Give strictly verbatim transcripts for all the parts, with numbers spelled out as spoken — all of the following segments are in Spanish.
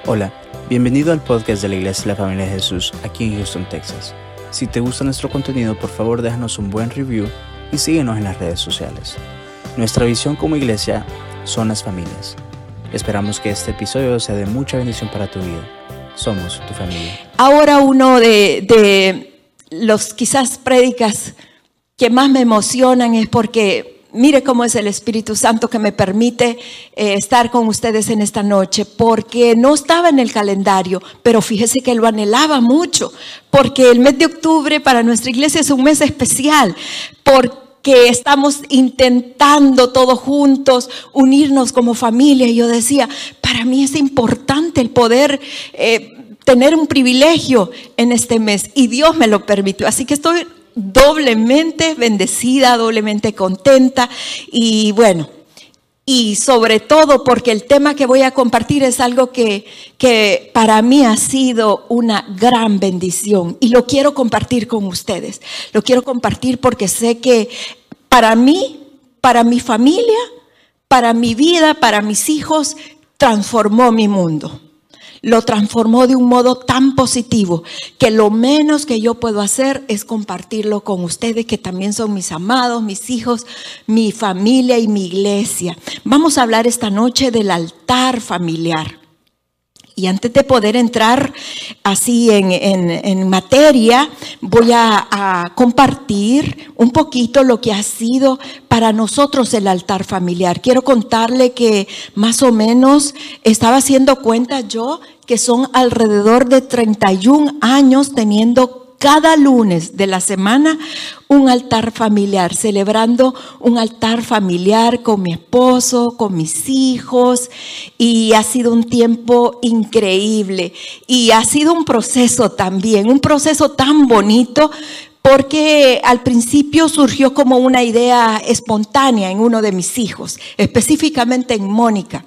Hola, bienvenido al podcast de la Iglesia de la Familia de Jesús aquí en Houston, Texas. Si te gusta nuestro contenido, por favor déjanos un buen review y síguenos en las redes sociales. Nuestra visión como iglesia son las familias. Esperamos que este episodio sea de mucha bendición para tu vida. Somos tu familia. Ahora uno de, de los quizás prédicas que más me emocionan es porque mire cómo es el Espíritu Santo que me permite eh, estar con ustedes en esta noche, porque no estaba en el calendario, pero fíjese que lo anhelaba mucho, porque el mes de octubre para nuestra iglesia es un mes especial, porque estamos intentando todos juntos unirnos como familia. Y yo decía, para mí es importante el poder eh, tener un privilegio en este mes, y Dios me lo permitió, así que estoy doblemente bendecida, doblemente contenta. Y bueno, y sobre todo porque el tema que voy a compartir es algo que, que para mí ha sido una gran bendición y lo quiero compartir con ustedes. Lo quiero compartir porque sé que para mí, para mi familia, para mi vida, para mis hijos, transformó mi mundo. Lo transformó de un modo tan positivo que lo menos que yo puedo hacer es compartirlo con ustedes, que también son mis amados, mis hijos, mi familia y mi iglesia. Vamos a hablar esta noche del altar familiar. Y antes de poder entrar así en, en, en materia, voy a, a compartir un poquito lo que ha sido para nosotros el altar familiar. Quiero contarle que más o menos estaba haciendo cuenta yo que son alrededor de treinta y un años teniendo cada lunes de la semana un altar familiar, celebrando un altar familiar con mi esposo, con mis hijos, y ha sido un tiempo increíble y ha sido un proceso también, un proceso tan bonito, porque al principio surgió como una idea espontánea en uno de mis hijos, específicamente en Mónica.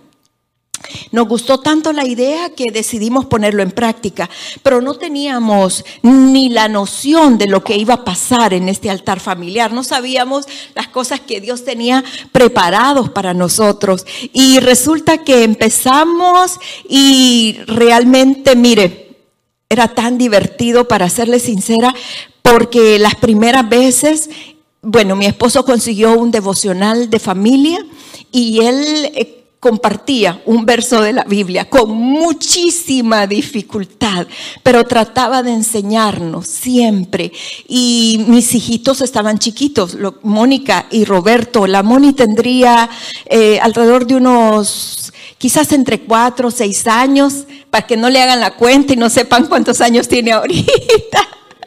Nos gustó tanto la idea que decidimos ponerlo en práctica, pero no teníamos ni la noción de lo que iba a pasar en este altar familiar. No sabíamos las cosas que Dios tenía preparados para nosotros. Y resulta que empezamos y realmente, mire, era tan divertido, para serle sincera, porque las primeras veces, bueno, mi esposo consiguió un devocional de familia y él eh, compartía un verso de la Biblia con muchísima dificultad, pero trataba de enseñarnos siempre. Y mis hijitos estaban chiquitos, Mónica y Roberto. La Moni tendría eh, alrededor de unos, quizás entre cuatro o seis años, para que no le hagan la cuenta y no sepan cuántos años tiene ahorita.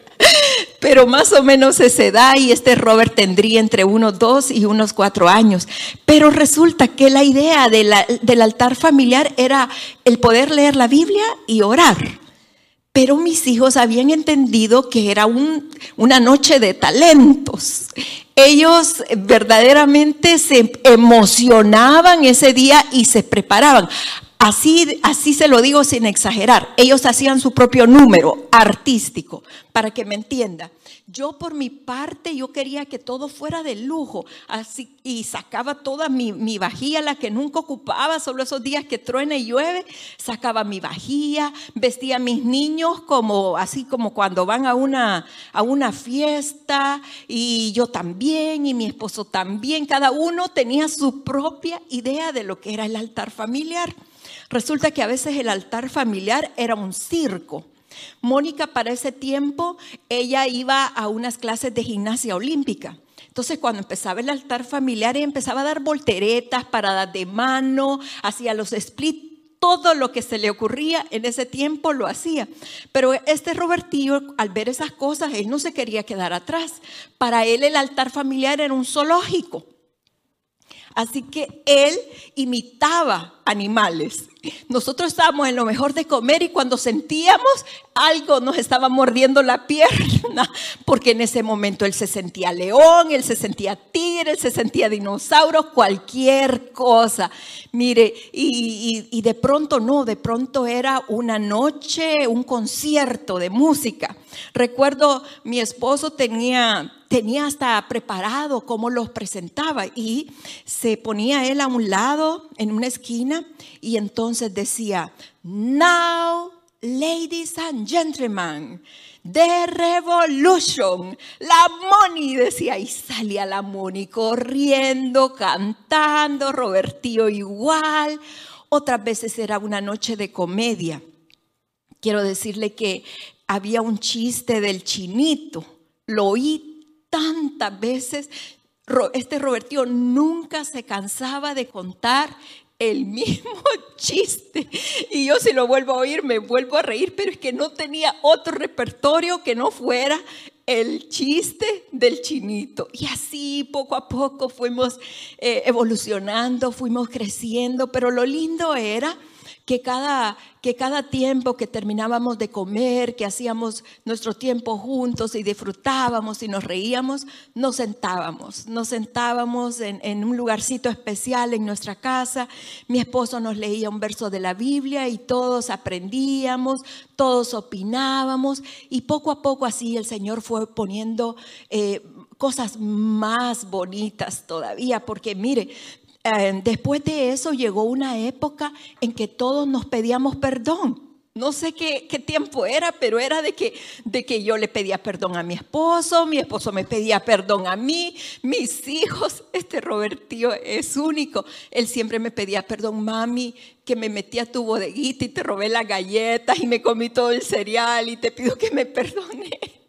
Pero más o menos esa edad, y este Robert tendría entre unos dos y unos cuatro años. Pero resulta que la idea de la, del altar familiar era el poder leer la Biblia y orar. Pero mis hijos habían entendido que era un, una noche de talentos. Ellos verdaderamente se emocionaban ese día y se preparaban. Así, así se lo digo sin exagerar. Ellos hacían su propio número artístico, para que me entienda. Yo por mi parte, yo quería que todo fuera de lujo, así, y sacaba toda mi, mi vajilla, la que nunca ocupaba, solo esos días que truena y llueve, sacaba mi vajilla, vestía a mis niños como, así como cuando van a una, a una fiesta, y yo también, y mi esposo también. Cada uno tenía su propia idea de lo que era el altar familiar. Resulta que a veces el altar familiar era un circo. Mónica, para ese tiempo, ella iba a unas clases de gimnasia olímpica. Entonces, cuando empezaba el altar familiar, ella empezaba a dar volteretas, paradas de mano, hacía los splits. Todo lo que se le ocurría en ese tiempo lo hacía. Pero este Robertillo, al ver esas cosas, él no se quería quedar atrás. Para él el altar familiar era un zoológico. Así que él imitaba animales. Nosotros estábamos en lo mejor de comer y cuando sentíamos algo nos estaba mordiendo la pierna, porque en ese momento él se sentía león, él se sentía tigre, él se sentía dinosaurio, cualquier cosa. Mire, y, y, y de pronto no, de pronto era una noche, un concierto de música. Recuerdo, mi esposo tenía... tenía hasta preparado cómo los presentaba y se ponía él a un lado en una esquina y entonces entonces decía, now, ladies and gentlemen, the revolution, la Moni, decía, y salía la Moni corriendo, cantando, Robertío igual. Otras veces era una noche de comedia. Quiero decirle que había un chiste del chinito, lo oí tantas veces. Este Robertío nunca se cansaba de contar el mismo chiste, y yo si lo vuelvo a oír me vuelvo a reír, pero es que no tenía otro repertorio que no fuera el chiste del chinito. Y así poco a poco fuimos eh, evolucionando, fuimos creciendo, pero lo lindo era que cada, que cada tiempo que terminábamos de comer, que hacíamos nuestro tiempo juntos y disfrutábamos y nos reíamos, nos sentábamos, nos sentábamos en, en un lugarcito especial en nuestra casa. Mi esposo nos leía un verso de la Biblia y todos aprendíamos, todos opinábamos, y poco a poco así el Señor fue poniendo eh, cosas más bonitas todavía, porque mire, Eh, después de eso llegó una época en que todos nos pedíamos perdón. No sé qué, qué tiempo era, pero era de que, de que yo le pedía perdón a mi esposo, mi esposo me pedía perdón a mí, mis hijos. Este Robertío es único. Él siempre me pedía perdón, mami, que me metí a tu bodeguita y te robé las galletas y me comí todo el cereal y te pido que me perdones.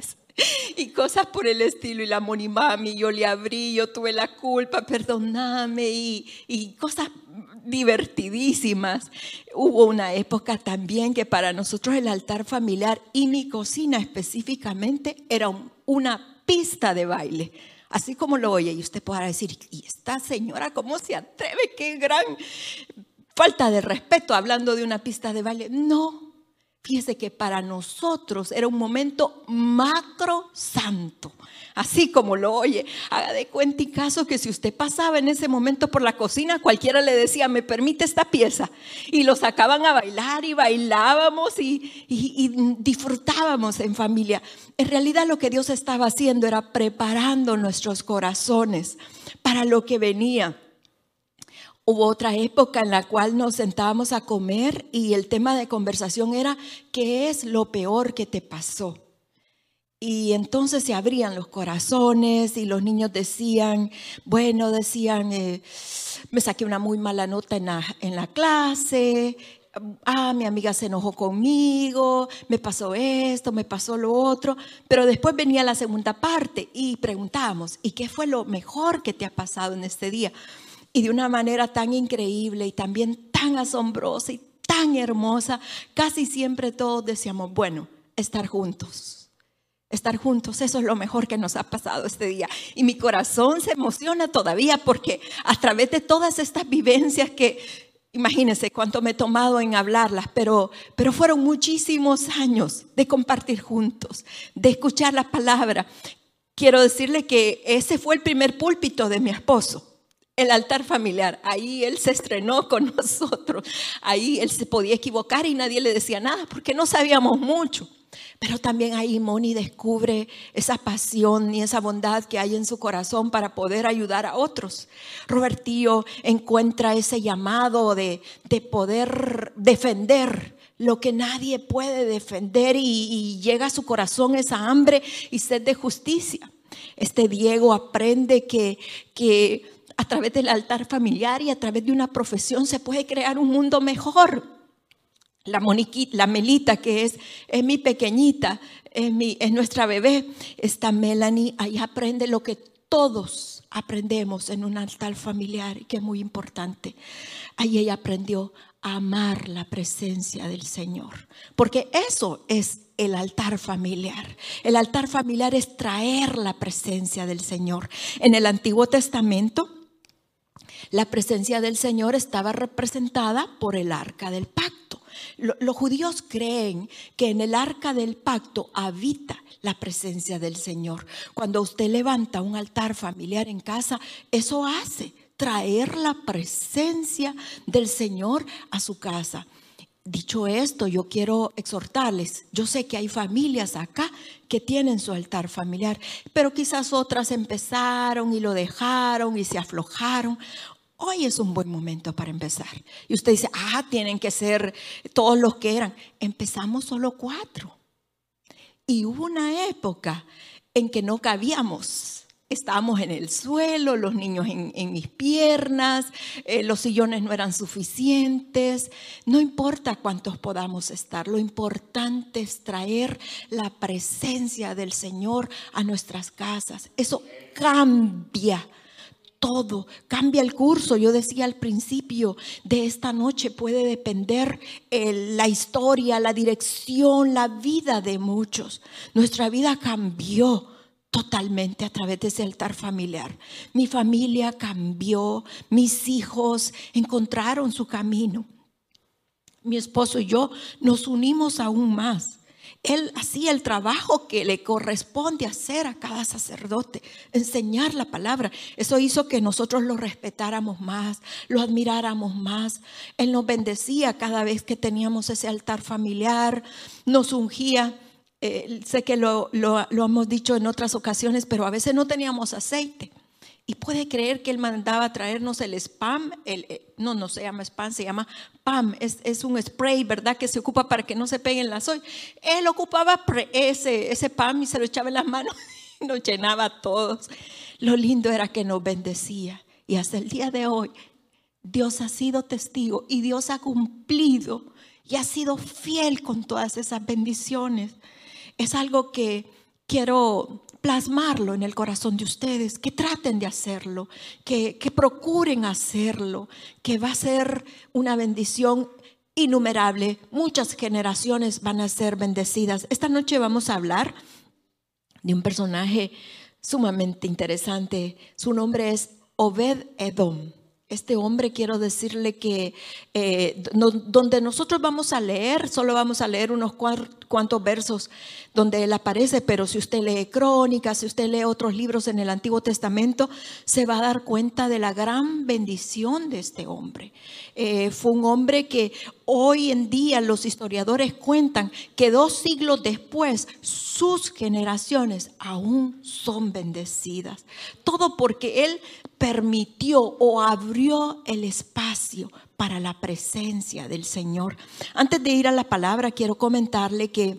Y cosas por el estilo. Y la Moni, mami, yo le abrí, yo tuve la culpa, perdóname, y, y cosas divertidísimas. Hubo una época también que para nosotros el altar familiar y mi cocina específicamente era un, una pista de baile. Así como lo oye, y usted podrá decir, ¿y esta señora cómo se atreve? ¡Qué gran falta de respeto hablando de una pista de baile! No. Fíjese que para nosotros era un momento macro santo, así como lo oye. Haga de cuenta y caso que si usted pasaba en ese momento por la cocina, cualquiera le decía, ¿me permite esta pieza? Y lo sacaban a bailar y bailábamos y, y, y disfrutábamos en familia. En realidad lo que Dios estaba haciendo era preparando nuestros corazones para lo que venía. Hubo otra época en la cual nos sentábamos a comer y el tema de conversación era ¿qué es lo peor que te pasó? Y entonces se abrían los corazones y los niños decían, bueno, decían, eh, me saqué una muy mala nota en la, en la clase, ah, mi amiga se enojó conmigo, me pasó esto, me pasó lo otro. Pero después venía la segunda parte y preguntábamos, ¿y qué fue lo mejor que te ha pasado en este día? Y de una manera tan increíble y también tan asombrosa y tan hermosa, casi siempre todos decíamos, bueno, estar juntos, estar juntos, eso es lo mejor que nos ha pasado este día. Y mi corazón se emociona todavía porque a través de todas estas vivencias que, imagínense cuánto me he tomado en hablarlas, pero, pero fueron muchísimos años de compartir juntos, de escuchar la palabra. Quiero decirle que ese fue el primer púlpito de mi esposo. El altar familiar, ahí él se estrenó con nosotros, ahí él se podía equivocar y nadie le decía nada porque no sabíamos mucho. Pero también ahí Moni descubre esa pasión y esa bondad que hay en su corazón para poder ayudar a otros. Robertío encuentra ese llamado de, de poder defender lo que nadie puede defender y, y llega a su corazón esa hambre y sed de justicia. Este Diego aprende que, que a través del altar familiar y a través de una profesión se puede crear un mundo mejor. La Moniquita, la Melita, que es, es mi pequeñita, es, mi, es nuestra bebé, esta Melanie, ahí aprende lo que todos aprendemos en un altar familiar y que es muy importante. Ahí ella aprendió a amar la presencia del Señor, porque eso es el altar familiar. El altar familiar es traer la presencia del Señor. En el Antiguo Testamento, la presencia del Señor estaba representada por el arca del pacto. Los judíos creen que en el arca del pacto habita la presencia del Señor. Cuando usted levanta un altar familiar en casa, eso hace traer la presencia del Señor a su casa. Dicho esto, yo quiero exhortarles. Yo sé que hay familias acá que tienen su altar familiar, pero quizás otras empezaron y lo dejaron y se aflojaron. Hoy es un buen momento para empezar. Y usted dice, ah, tienen que ser todos los que eran. Empezamos solo cuatro. Y hubo una época en que no cabíamos. Estábamos en el suelo, los niños en, en mis piernas, eh, los sillones no eran suficientes. No importa cuántos podamos estar, lo importante es traer la presencia del Señor a nuestras casas. Eso cambia todo, cambia el curso. Yo decía al principio, de esta noche puede depender el, la historia, la dirección, la vida de muchos. Nuestra vida cambió totalmente a través de ese altar familiar. Mi familia cambió, mis hijos encontraron su camino. Mi esposo y yo nos unimos aún más. Él hacía el trabajo que le corresponde hacer a cada sacerdote, enseñar la palabra. Eso hizo que nosotros lo respetáramos más, lo admiráramos más. Él nos bendecía cada vez que teníamos ese altar familiar, nos ungía. Eh, sé que lo, lo, lo hemos dicho en otras ocasiones, pero a veces no teníamos aceite. Y puede creer que él mandaba a traernos el spam, el, eh, no, no se llama spam, se llama P A M, es, es un spray, ¿verdad? Que se ocupa para que no se peguen las ollas. Él ocupaba pre, ese, ese P A M y se lo echaba en las manos y nos llenaba a todos. Lo lindo era que nos bendecía. Y hasta el día de hoy, Dios ha sido testigo y Dios ha cumplido y ha sido fiel con todas esas bendiciones. Es algo que quiero plasmarlo en el corazón de ustedes, que traten de hacerlo, que, que procuren hacerlo, que va a ser una bendición innumerable. Muchas generaciones van a ser bendecidas. Esta noche vamos a hablar de un personaje sumamente interesante. Su nombre es Obed-Edom. Este hombre, quiero decirle que eh, no, donde nosotros vamos a leer, solo vamos a leer unos cuantos versos donde él aparece, pero si usted lee Crónicas, si usted lee otros libros en el Antiguo Testamento, se va a dar cuenta de la gran bendición de este hombre. Eh, fue un hombre que hoy en día los historiadores cuentan que dos siglos después sus generaciones aún son bendecidas. Todo porque él permitió o abrió el espacio para la presencia del Señor. Antes de ir a la palabra, quiero comentarle que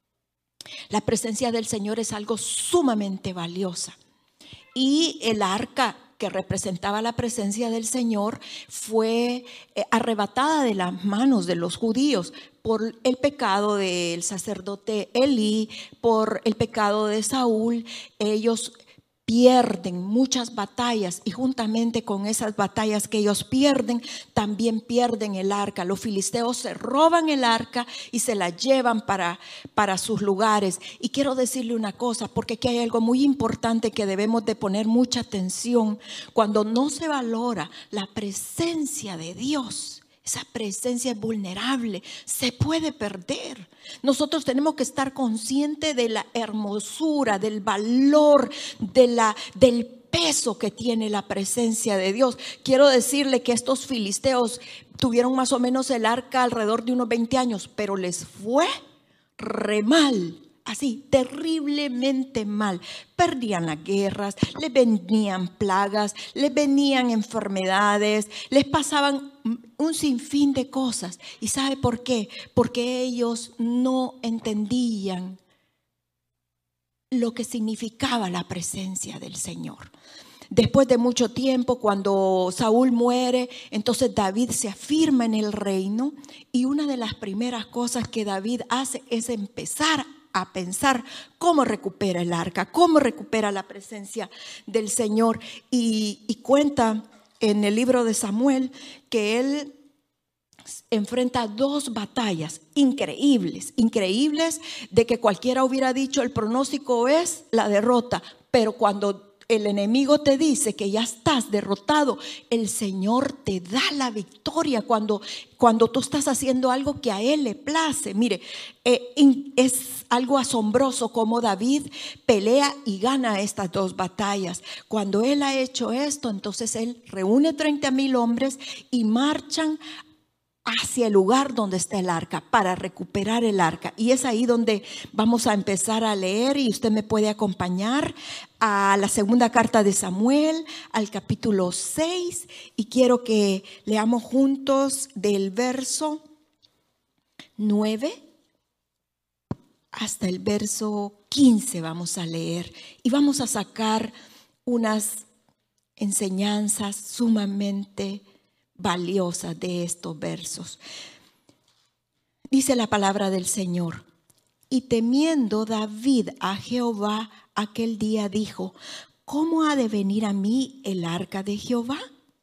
la presencia del Señor es algo sumamente valiosa. Y el arca que representaba la presencia del Señor fue arrebatada de las manos de los judíos por el pecado del sacerdote Elí, por el pecado de Saúl. Ellos pierden muchas batallas y juntamente con esas batallas que ellos pierden, también pierden el arca. Los filisteos se roban el arca y se la llevan para, para sus lugares. Y quiero decirle una cosa, porque aquí hay algo muy importante que debemos de poner mucha atención. Cuando no se valora la presencia de Dios, esa presencia es vulnerable, se puede perder. Nosotros tenemos que estar conscientes de la hermosura, del valor, de la, del peso que tiene la presencia de Dios. Quiero decirle que estos filisteos tuvieron más o menos el arca alrededor de unos veinte años, pero les fue re mal. Así, terriblemente mal. Perdían las guerras, les venían plagas, les venían enfermedades, les pasaban un sinfín de cosas. ¿Y sabe por qué? Porque ellos no entendían lo que significaba la presencia del Señor. Después de mucho tiempo, cuando Saúl muere, entonces David se afirma en el reino y una de las primeras cosas que David hace es empezar a pensar cómo recupera el arca, cómo recupera la presencia del Señor. Y, y cuenta en el libro de Samuel que él enfrenta dos batallas increíbles, increíbles de que cualquiera hubiera dicho el pronóstico es la derrota, pero cuando el enemigo te dice que ya estás derrotado, el Señor te da la victoria cuando, cuando tú estás haciendo algo que a Él le place. Mire, eh, es algo asombroso cómo David pelea y gana estas dos batallas. Cuando él ha hecho esto, entonces él reúne treinta mil hombres y marchan hacia el lugar donde está el arca, para recuperar el arca. Y es ahí donde vamos a empezar a leer, y usted me puede acompañar a la segunda carta de Samuel, al capítulo seis, y quiero que leamos juntos del verso nueve hasta el verso quince. Vamos a leer y vamos a sacar unas enseñanzas sumamente valiosas de estos versos. Dice la palabra del Señor: y temiendo David a Jehová aquel día dijo: ¿cómo ha de venir a mí el arca de Jehová?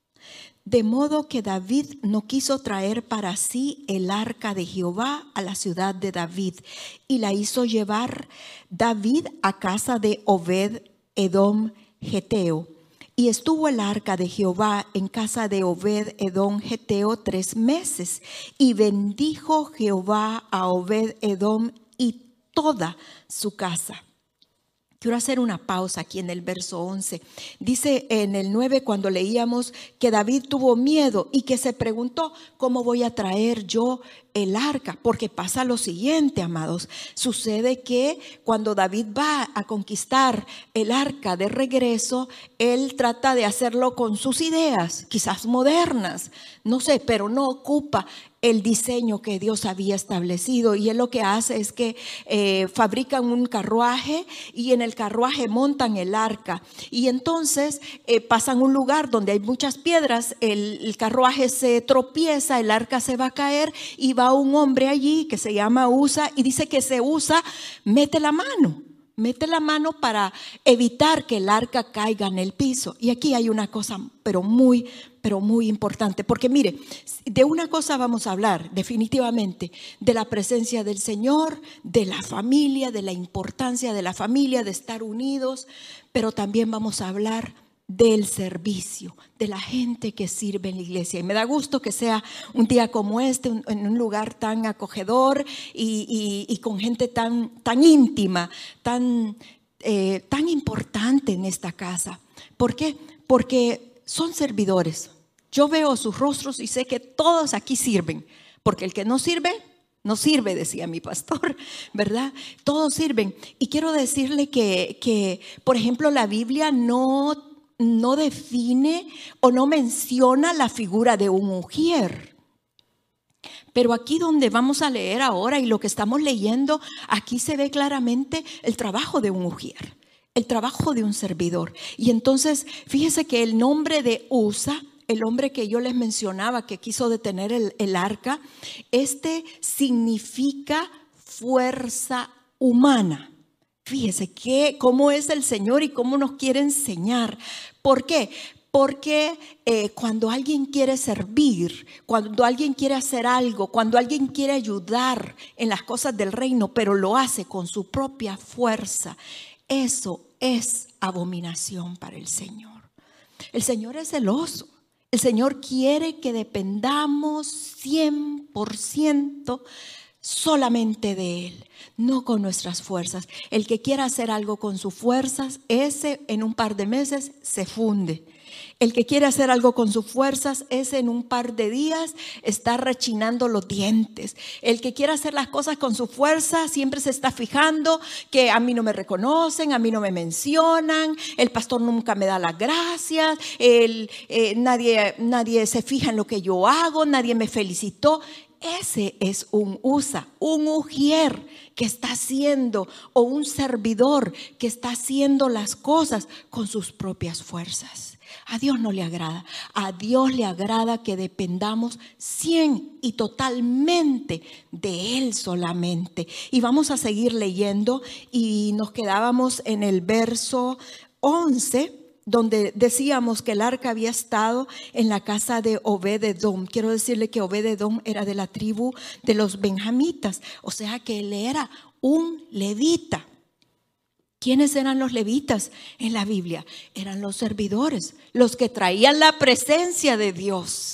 De modo que David no quiso traer para sí el arca de Jehová a la ciudad de David, y la hizo llevar David a casa de Obed Edom Geteo. Y estuvo el arca de Jehová en casa de Obed Edom Geteo tres meses. Y bendijo Jehová a Obed Edom y toda su casa. Quiero hacer una pausa aquí en el verso once. Dice en el nueve, cuando leíamos que David tuvo miedo y que se preguntó: ¿cómo voy a traer yo el arca? Porque pasa lo siguiente, amados. Sucede que cuando David va a conquistar el arca de regreso, él trata de hacerlo con sus ideas, quizás modernas, no sé, pero no ocupa el diseño que Dios había establecido. Y él lo que hace es que eh, fabrican un carruaje, y en el carruaje montan el arca, y entonces eh, pasan un lugar donde hay muchas piedras, el, el carruaje se tropieza, el arca se va a caer, y va un hombre allí que se llama Usa, y dice que se Usa mete la mano Mete la mano para evitar que el arca caiga en el piso. Y aquí hay una cosa, pero muy, pero muy importante. Porque mire, de una cosa vamos a hablar definitivamente: de la presencia del Señor, de la familia, de la importancia de la familia, de estar unidos. Pero también vamos a hablar del servicio, de la gente que sirve en la iglesia. Y me da gusto que sea un día como este, un, en un lugar tan acogedor y, y, y con gente tan, tan íntima, tan, eh, tan importante en esta casa. ¿Por qué? Porque son servidores. Yo veo sus rostros y sé que todos aquí sirven, porque el que no sirve, no sirve, decía mi pastor, ¿verdad? Todos sirven. Y quiero decirle que, que por ejemplo, la Biblia no no define o no menciona la figura de un ujier. Pero aquí donde vamos a leer ahora y lo que estamos leyendo, aquí se ve claramente el trabajo de un ujier, el trabajo de un servidor. Y entonces fíjese que el nombre de Usa, el hombre que yo les mencionaba que quiso detener el, el arca, este significa fuerza humana. Fíjese que, cómo es el Señor y cómo nos quiere enseñar. ¿Por qué? Porque eh, cuando alguien quiere servir, cuando alguien quiere hacer algo, cuando alguien quiere ayudar en las cosas del reino, pero lo hace con su propia fuerza, eso es abominación para el Señor. El Señor es celoso. El Señor quiere que dependamos cien por ciento solamente de Él, no con nuestras fuerzas. El que quiera hacer algo con sus fuerzas, ese en un par de meses se funde. El que quiere hacer algo con sus fuerzas, ese en un par de días está rechinando los dientes. El que quiere hacer las cosas con su fuerza siempre se está fijando que a mí no me reconocen, a mí no me mencionan, el pastor nunca me da las gracias, el, eh, nadie, nadie se fija en lo que yo hago, nadie me felicitó. Ese es un Usa, un ujier que está haciendo, o un servidor que está haciendo las cosas con sus propias fuerzas. A Dios no le agrada. A Dios le agrada que dependamos cien y totalmente de Él solamente. Y vamos a seguir leyendo, y nos quedábamos en el verso once, donde decíamos que el arca había estado en la casa de Obed Edom. Quiero decirle que Obed Edom era de la tribu de los benjamitas, o sea que él era un levita. ¿Quiénes eran los levitas en la Biblia? Eran los servidores, los que traían la presencia de Dios.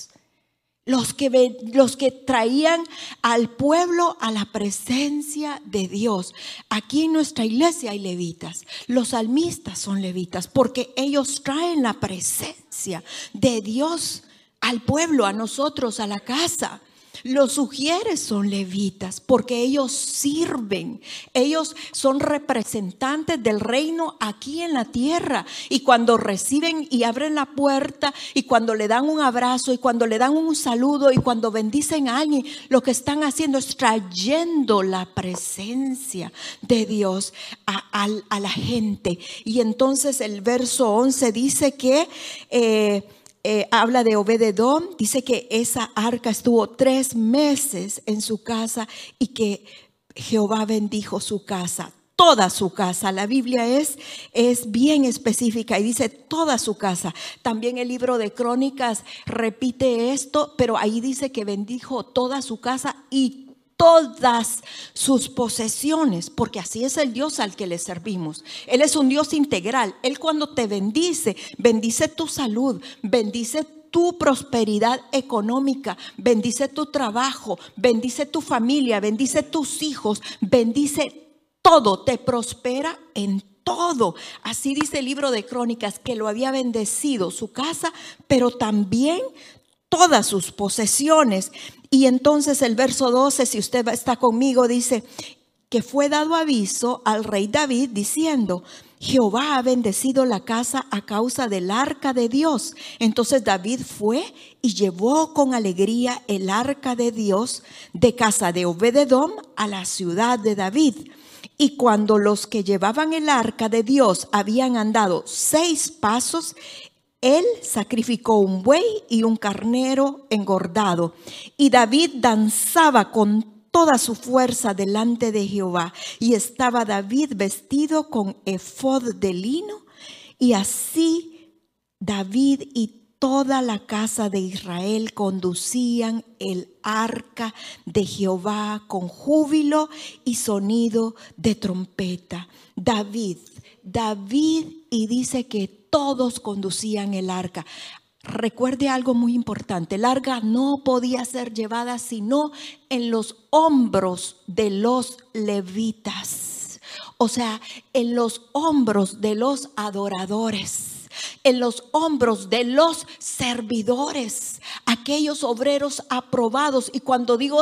Los que, los que traían al pueblo a la presencia de Dios. Aquí en nuestra iglesia hay levitas. Los salmistas son levitas porque ellos traen la presencia de Dios al pueblo, a nosotros, a la casa. Los ujieres son levitas porque ellos sirven. Ellos son representantes del reino aquí en la tierra. Y cuando reciben y abren la puerta, y cuando le dan un abrazo, y cuando le dan un saludo, y cuando bendicen a alguien, lo que están haciendo es trayendo la presencia de Dios a, a, a la gente. Y entonces el verso once dice que eh, Eh, habla de Obed-edom, dice que esa arca estuvo tres meses en su casa y que Jehová bendijo su casa, toda su casa. La Biblia es, es bien específica y dice toda su casa. También el libro de Crónicas repite esto, pero ahí dice que bendijo toda su casa y todas sus posesiones, porque así es el Dios al que le servimos. Él es un Dios integral. Él cuando te bendice, bendice tu salud, bendice tu prosperidad económica, bendice tu trabajo, bendice tu familia, bendice tus hijos, bendice todo, te prospera en todo. Así dice el libro de Crónicas, que lo había bendecido su casa, pero también todas sus posesiones. Y entonces el verso doce, si usted está conmigo, dice que fue dado aviso al rey David diciendo: Jehová ha bendecido la casa a causa del arca de Dios. Entonces David fue y llevó con alegría el arca de Dios de casa de Obed-edom a la ciudad de David. Y cuando los que llevaban el arca de Dios habían andado seis pasos, él sacrificó un buey y un carnero engordado. Y David danzaba con toda su fuerza delante de Jehová. Y estaba David vestido con efod de lino. Y así David y toda la casa de Israel conducían el arca de Jehová con júbilo y sonido de trompeta. David, David, y dice que todos conducían el arca. Recuerde algo muy importante: el arca no podía ser llevada sino en los hombros de los levitas, o sea, en los hombros de los adoradores, en los hombros de los servidores, aquellos obreros aprobados. Y cuando digo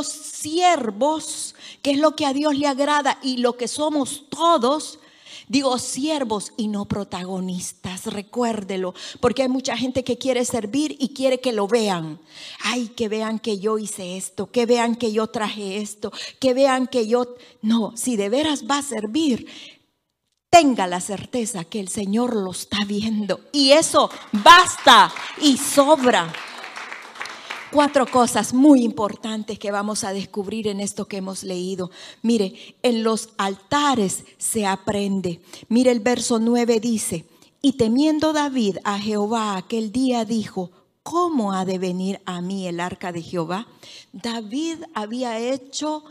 siervos, que es lo que a Dios le agrada y lo que somos todos, digo siervos y no protagonistas. Recuérdelo, porque hay mucha gente que quiere servir y quiere que lo vean. Ay, que vean que yo hice esto, que vean que yo traje esto, que vean que yo... No, si de veras va a servir, tenga la certeza que el Señor lo está viendo, y eso basta y sobra. Cuatro cosas muy importantes que vamos a descubrir en esto que hemos leído. Mire, en los altares se aprende. Mire, el verso nueve dice: y temiendo David a Jehová aquel día dijo: ¿cómo ha de venir a mí el arca de Jehová? David había hecho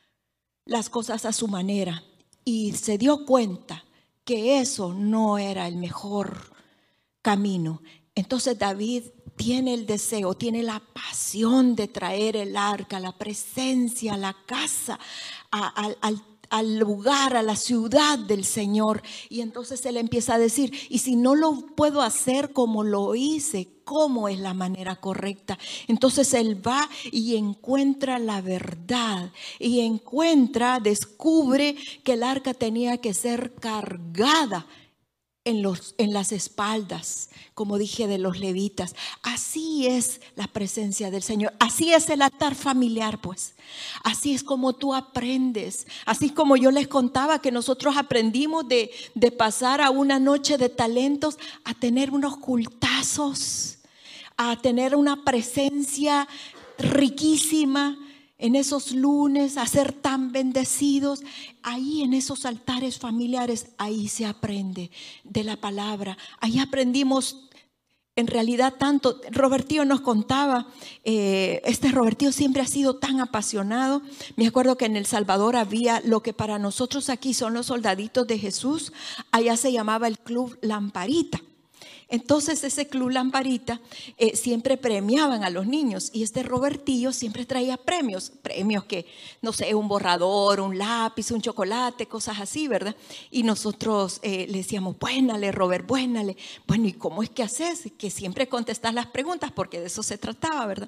las cosas a su manera y se dio cuenta que eso no era el mejor camino. Entonces David tiene el deseo, tiene la pasión de traer el arca, la presencia, a la casa, a, a, al, al lugar, a la ciudad del Señor. Y entonces él empieza a decir: y si no lo puedo hacer como lo hice, ¿cómo es la manera correcta? Entonces él va y encuentra la verdad, y encuentra, descubre que el arca tenía que ser cargada En, los, en las espaldas, como dije, de los levitas. Así es la presencia del Señor. Así es el altar familiar, pues. Así es como tú aprendes. Así como yo les contaba que nosotros aprendimos de, de pasar a una noche de talentos a tener unos cultazos, a tener una presencia riquísima en esos lunes, a ser tan bendecidos. Ahí en esos altares familiares, ahí se aprende de la palabra. Ahí aprendimos en realidad tanto. Robertío nos contaba, eh, este Robertío siempre ha sido tan apasionado. Me acuerdo que en El Salvador había lo que para nosotros aquí son los soldaditos de Jesús. Allá se llamaba el Club Lamparita. Entonces ese Club Lamparita eh, siempre premiaban a los niños, y este Robertillo siempre traía premios, premios que, no sé, un borrador, un lápiz, un chocolate, cosas así, ¿verdad? Y nosotros eh, le decíamos: buénale, Robert, buénale. Bueno, ¿y cómo es que haces? Que siempre contestas las preguntas, porque de eso se trataba, ¿verdad?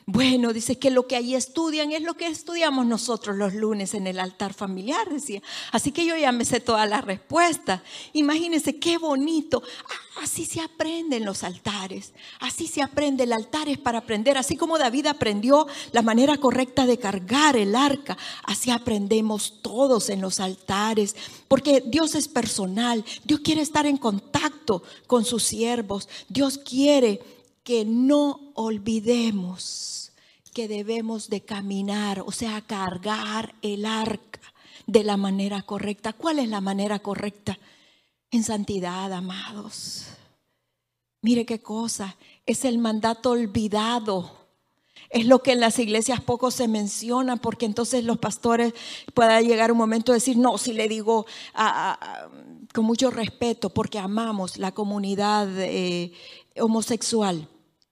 Bueno, dice que lo que ahí estudian es lo que estudiamos nosotros los lunes en el altar familiar, decía. Así que yo ya me sé toda la respuesta. Imagínense qué bonito. Así se aprende en los altares. Así se aprende. El altar es para aprender. Así como David aprendió la manera correcta de cargar el arca, así aprendemos todos en los altares. Porque Dios es personal. Dios quiere estar en contacto con sus siervos. Dios quiere que no olvidemos que debemos de caminar, o sea, cargar el arca de la manera correcta. ¿Cuál es la manera correcta? En santidad, amados. Mire qué cosa, es el mandato olvidado. Es lo que en las iglesias poco se menciona, porque entonces los pastores puedan llegar un momento de decir, no, si le digo a, a, con mucho respeto, porque amamos la comunidad eh, homosexual.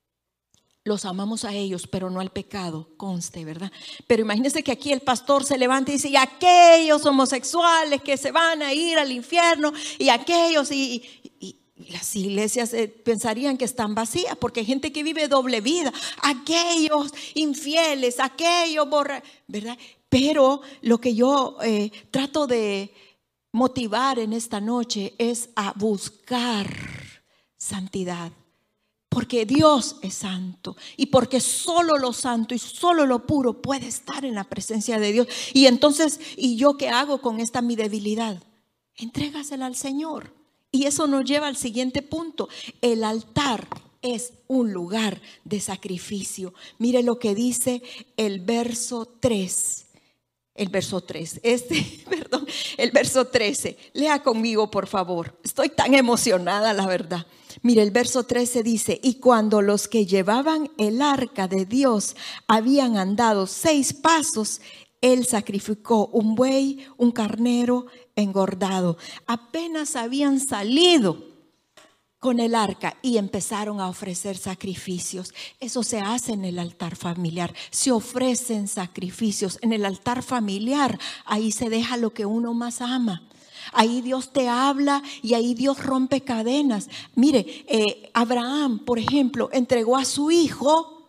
Los amamos a ellos, pero no al pecado, conste, ¿verdad? Pero imagínense que aquí el pastor se levanta y dice, y aquellos homosexuales que se van a ir al infierno, y aquellos, y, y, y las iglesias eh, pensarían que están vacías, porque hay gente que vive doble vida, aquellos infieles, aquellos borra, ¿verdad? Pero lo que yo eh, trato de motivar en esta noche es a buscar santidad. Porque Dios es santo y porque solo lo santo y solo lo puro puede estar en la presencia de Dios. Y entonces, ¿y yo qué hago con esta mi debilidad? Entrégasela al Señor. Y eso nos lleva al siguiente punto. El altar es un lugar de sacrificio. Mire lo que dice el verso tres. El verso tres, este, perdón, el verso trece. Lea conmigo, por favor. Estoy tan emocionada, la verdad. Mire, el verso trece dice, y cuando los que llevaban el arca de Dios habían andado seis pasos, él sacrificó un buey, un carnero engordado. Apenas habían salido con el arca y empezaron a ofrecer sacrificios. Eso se hace en el altar familiar. Se ofrecen sacrificios en el altar familiar. Ahí se deja lo que uno más ama. Ahí Dios te habla y ahí Dios rompe cadenas. Mire, eh, Abraham, por ejemplo, entregó a su hijo,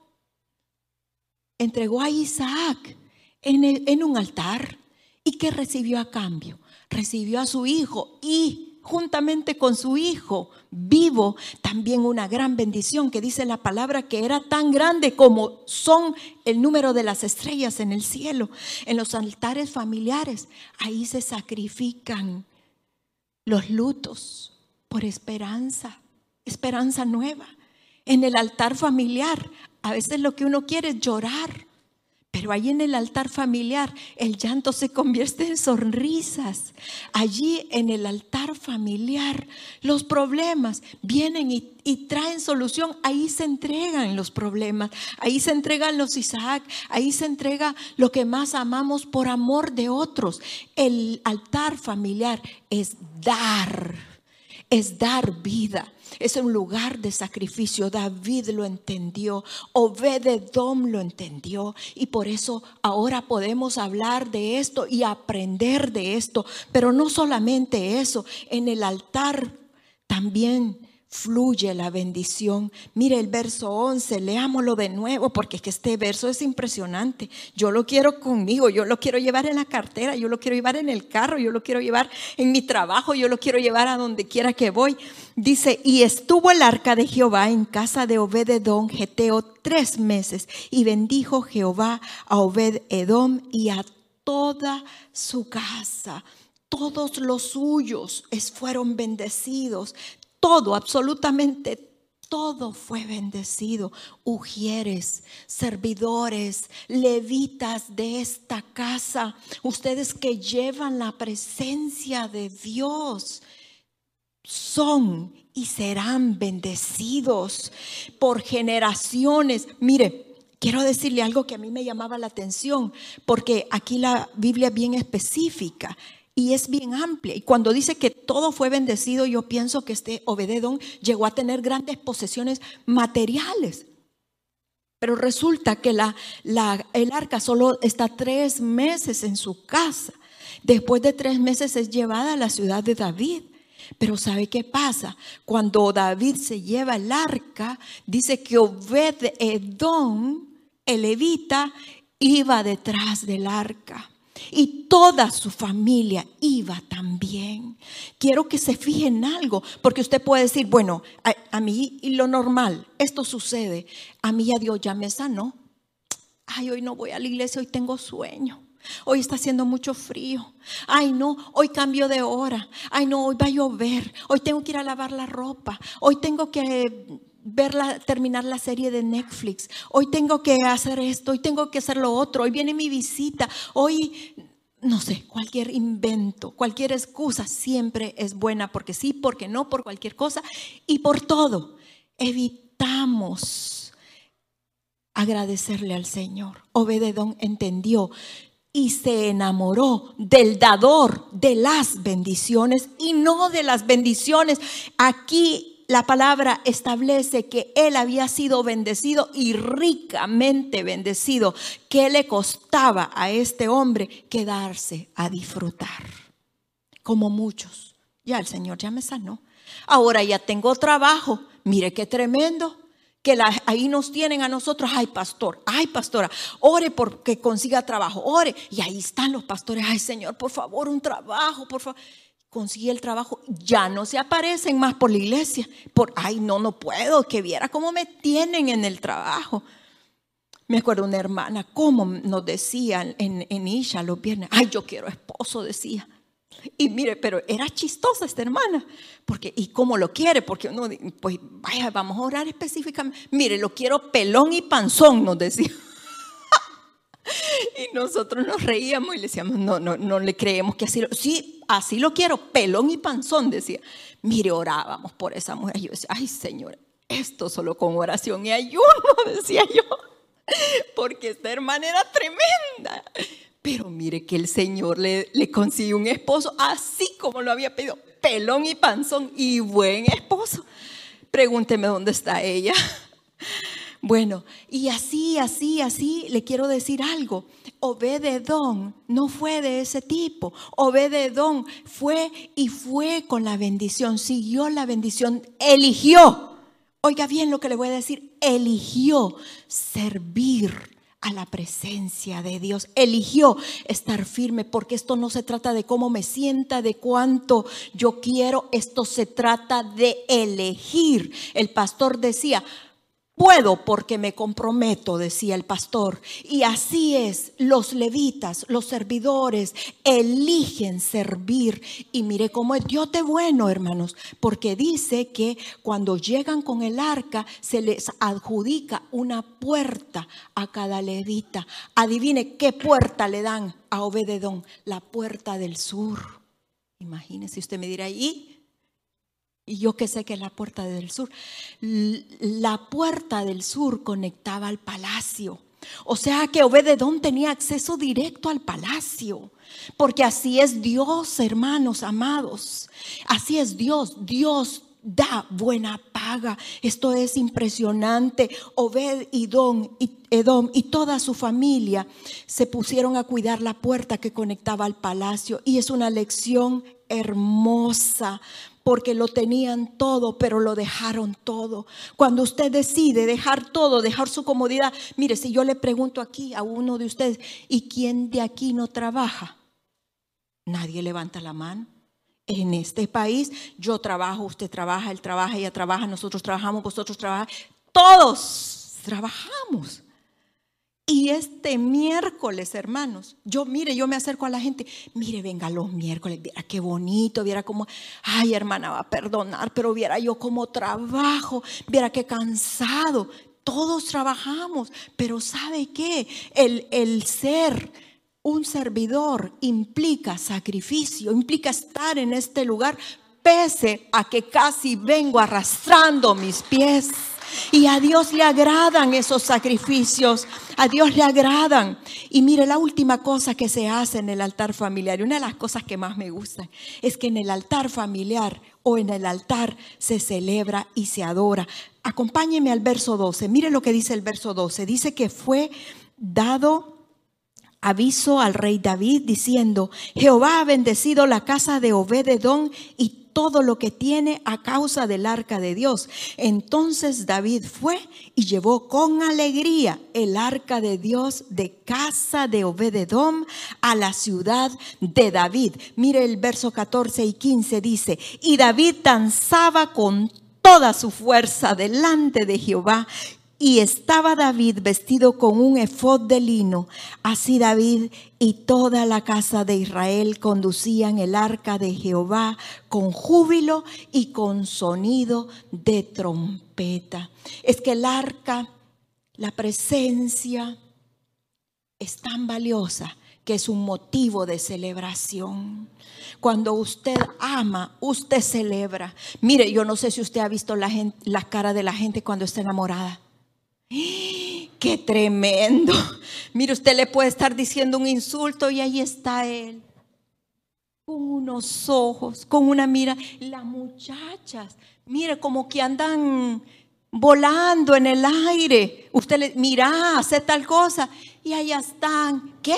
entregó a Isaac en, el, en un altar. ¿Y qué recibió a cambio? Recibió a su hijo y juntamente con su hijo vivo, también una gran bendición que dice la palabra que era tan grande como son el número de las estrellas en el cielo. En los altares familiares, ahí se sacrifican los lutos por esperanza, esperanza nueva. En el altar familiar, a veces lo que uno quiere es llorar. Pero ahí en el altar familiar el llanto se convierte en sonrisas. Allí en el altar familiar los problemas vienen y, y traen solución. Ahí se entregan los problemas, ahí se entregan los Isaac, ahí se entrega lo que más amamos por amor de otros. El altar familiar es dar, es dar vida. Es un lugar de sacrificio. David lo entendió, Obed-Edom lo entendió, y por eso ahora podemos hablar de esto y aprender de esto. Pero no solamente eso, en el altar también fluye la bendición. Mire el verso once, leámoslo de nuevo porque es que este verso es impresionante. Yo lo quiero conmigo, yo lo quiero llevar en la cartera, yo lo quiero llevar en el carro, yo lo quiero llevar en mi trabajo, yo lo quiero llevar a donde quiera que voy. Dice, y estuvo el arca de Jehová en casa de Obed-Edom geteo tres meses, y bendijo Jehová a Obed-Edom y a toda su casa. Todos los suyos fueron bendecidos. Todo, absolutamente todo fue bendecido. Ujieres, servidores, levitas de esta casa, ustedes que llevan la presencia de Dios, son y serán bendecidos por generaciones. Mire, quiero decirle algo que a mí me llamaba la atención, porque aquí la Biblia es bien específica y es bien amplia. Y cuando dice que todo fue bendecido, yo pienso que este Obed-Edom llegó a tener grandes posesiones materiales. Pero resulta que la, la, el arca solo está tres meses en su casa. Después de tres meses es llevada a la ciudad de David. Pero ¿sabe qué pasa? Cuando David se lleva el arca, dice que Obed-Edom el levita iba detrás del arca. Y toda su familia iba también. Quiero que se fijen en algo, porque usted puede decir, bueno, a, a mí y lo normal, esto sucede. A mí ya Dios ya me sanó. Ay, hoy no voy a la iglesia, hoy tengo sueño. Hoy está haciendo mucho frío. Ay, no, hoy cambio de hora. Ay, no, hoy va a llover. Hoy tengo que ir a lavar la ropa. Hoy tengo que verla, terminar la serie de Netflix. Hoy tengo que hacer esto. Hoy tengo que hacer lo otro. Hoy viene mi visita. Hoy, no sé, cualquier invento, cualquier excusa siempre es buena, porque sí, porque no, por cualquier cosa y por todo. Evitamos agradecerle al Señor. Obed-edom entendió y se enamoró del dador de las bendiciones y no de las bendiciones. Aquí la palabra establece que él había sido bendecido y ricamente bendecido. ¿Qué le costaba a este hombre quedarse a disfrutar? Como muchos. Ya el Señor ya me sanó. Ahora ya tengo trabajo. Mire qué tremendo. Que la, ahí nos tienen a nosotros, ay pastor, ay pastora, ore porque consiga trabajo, ore. Y ahí están los pastores, ay Señor, por favor, un trabajo, por favor. Consigue el trabajo, ya no se aparecen más por la iglesia. Por, ay no, no puedo, que viera cómo me tienen en el trabajo. Me acuerdo una hermana, cómo nos decía en, en Isha los viernes, ay yo quiero esposo, decía. Y mire, pero era chistosa esta hermana, porque ¿y cómo lo quiere? Porque uno, pues vaya, vamos a orar específicamente. Mire, lo quiero pelón y panzón, nos decía. Y nosotros nos reíamos y le decíamos, no, no, no le creemos que así lo, sí, así lo quiero, pelón y panzón, decía. Mire, orábamos por esa mujer. Y yo decía, ay Señor, esto solo con oración y ayuno, decía yo, porque esta hermana era tremenda. Pero mire que el Señor le, le consiguió un esposo así como lo había pedido, pelón y panzón y buen esposo. Pregúnteme dónde está ella. Bueno, y así, así, así le quiero decir algo. Obed-edom no fue de ese tipo. Obed-edom fue y fue con la bendición, siguió la bendición, eligió. Oiga bien lo que le voy a decir, eligió servir a la presencia de Dios, eligió estar firme, porque esto no se trata de cómo me sienta, de cuánto yo quiero, esto se trata de elegir. El pastor decía, puedo porque me comprometo, decía el pastor. Y así es, los levitas, los servidores, eligen servir. Y mire cómo es Dios de bueno, hermanos, porque dice que cuando llegan con el arca, se les adjudica una puerta a cada levita. Adivine qué puerta le dan a Obed-edom, la puerta del sur. Imagínese, usted me dirá, ¿y? Y yo que sé que es la puerta del sur. La puerta del sur conectaba al palacio. O sea que Obed-edom tenía acceso directo al palacio. Porque así es Dios, hermanos amados. Así es Dios. Dios da buena paga. Esto es impresionante. Obed-edom y, Edom y toda su familia se pusieron a cuidar la puerta que conectaba al palacio. Y es una lección hermosa, porque lo tenían todo, pero lo dejaron todo. Cuando usted decide dejar todo, dejar su comodidad, mire, si yo le pregunto aquí a uno de ustedes, ¿y quién de aquí no trabaja? Nadie levanta la mano. En este país, yo trabajo, usted trabaja, él trabaja, ella trabaja, nosotros trabajamos, vosotros trabajan, todos trabajamos. Y este miércoles, hermanos, yo mire, yo me acerco a la gente, mire, venga los miércoles, viera qué bonito, viera cómo, ay hermana, va a perdonar, pero viera yo cómo trabajo, viera qué cansado. Todos trabajamos, pero ¿sabe qué? El, el ser un servidor implica sacrificio, implica estar en este lugar, pese a que casi vengo arrastrando mis pies. Y a Dios le agradan esos sacrificios, a Dios le agradan. Y mire, la última cosa que se hace en el altar familiar, y una de las cosas que más me gustan, es que en el altar familiar o en el altar se celebra y se adora. Acompáñeme al verso doce, mire lo que dice el verso doce, dice que fue dado aviso al rey David diciendo, Jehová ha bendecido la casa de Obed-edom y todo lo que tiene a causa del arca de Dios. Entonces David fue y llevó con alegría el arca de Dios de casa de Obed-edom a la ciudad de David. Mire el verso catorce y quince, dice: y David danzaba con toda su fuerza delante de Jehová. Y estaba David vestido con un efod de lino. Así David y toda la casa de Israel conducían el arca de Jehová con júbilo y con sonido de trompeta. Es que el arca, la presencia, es tan valiosa que es un motivo de celebración. Cuando usted ama, usted celebra. Mire, yo no sé si usted ha visto la, gente, la cara de la gente cuando está enamorada. ¡Qué tremendo! Mire, usted le puede estar diciendo un insulto y ahí está él, con unos ojos, con una mira. Las muchachas, mire, como que andan volando en el aire. Usted le mira, hace tal cosa y allá están. ¿Qué?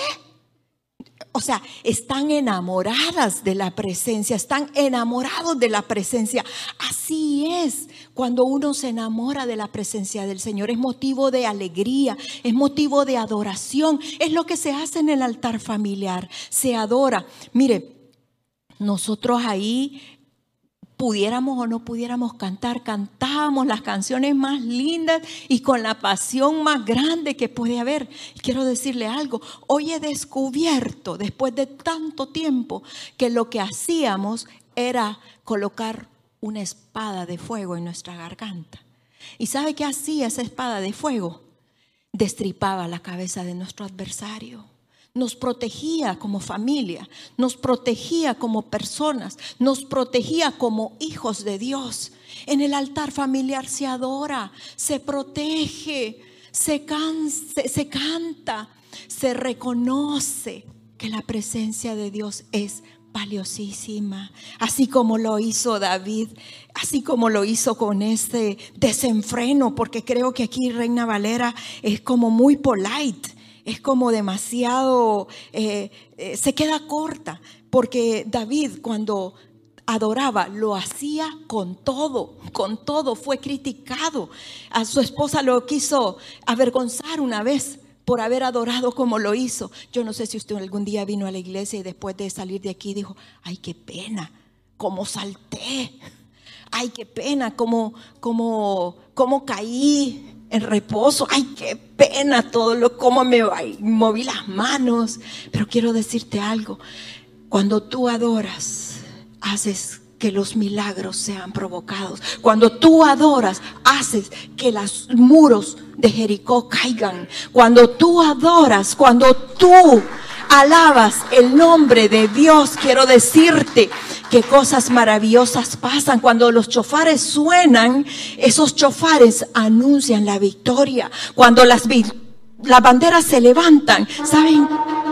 O sea, están enamoradas de la presencia, están enamorados de la presencia. Así es, cuando uno se enamora de la presencia del Señor, es motivo de alegría, es motivo de adoración. Es lo que se hace en el altar familiar, se adora. Mire, nosotros ahí pudiéramos o no pudiéramos cantar, cantábamos las canciones más lindas y con la pasión más grande que puede haber. Y quiero decirle algo, hoy he descubierto, después de tanto tiempo, que lo que hacíamos era colocar una espada de fuego en nuestra garganta. ¿Y sabe qué hacía esa espada de fuego? Destripaba la cabeza de nuestro adversario. Nos protegía como familia, nos protegía como personas, nos protegía como hijos de Dios. En el altar familiar se adora, se protege, se, can, se, se canta, se reconoce que la presencia de Dios es valiosísima. Así como lo hizo David, así como lo hizo con este desenfreno, porque creo que aquí Reina Valera es como muy polite. Es como demasiado, eh, eh, se queda corta, porque David cuando adoraba lo hacía con todo, con todo. Fue criticado. A su esposa lo quiso avergonzar una vez por haber adorado como lo hizo. Yo no sé si usted algún día vino a la iglesia y después de salir de aquí dijo: ay, qué pena, cómo salté, ay, qué pena, cómo, cómo, cómo caí en reposo, ay, qué pena todo lo como me ay, moví las manos. Pero quiero decirte algo, cuando tú adoras, haces que los milagros sean provocados. Cuando tú adoras, haces que los muros de Jericó caigan. Cuando tú adoras, cuando tú alabas el nombre de Dios, quiero decirte que cosas maravillosas pasan. Cuando los chofares suenan, esos chofares anuncian la victoria. Cuando las, las banderas se levantan, ¿saben?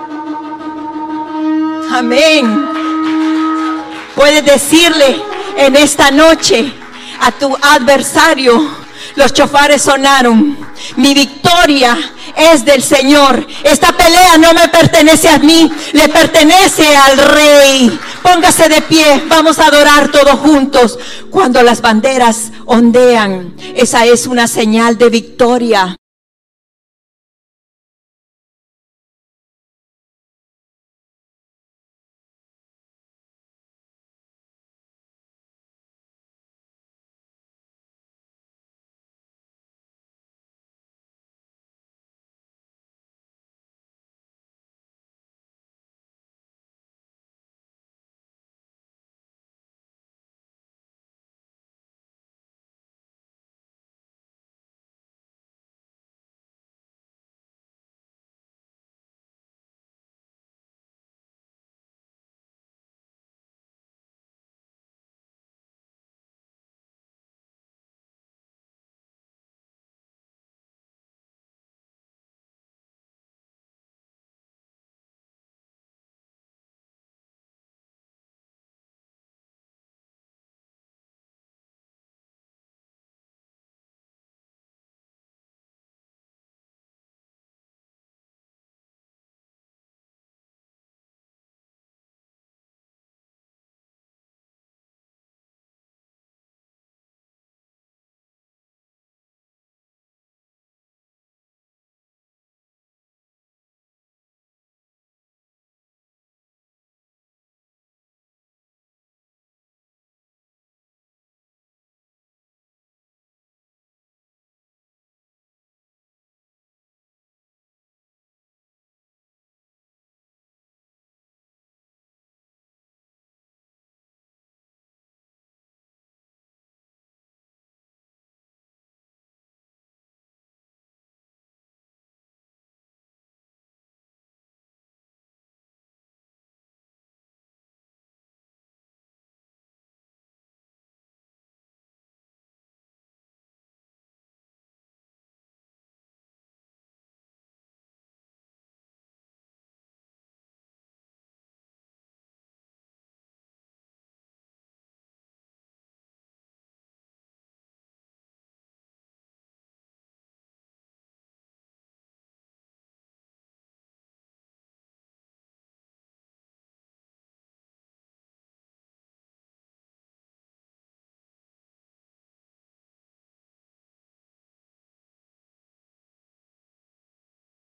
Amén. Puedes decirle en esta noche a tu adversario: los chofares sonaron, mi victoria es del Señor. Esta pelea no me pertenece a mí, le pertenece al Rey. Póngase de pie, vamos a adorar todos juntos. Cuando las banderas ondean, esa es una señal de victoria.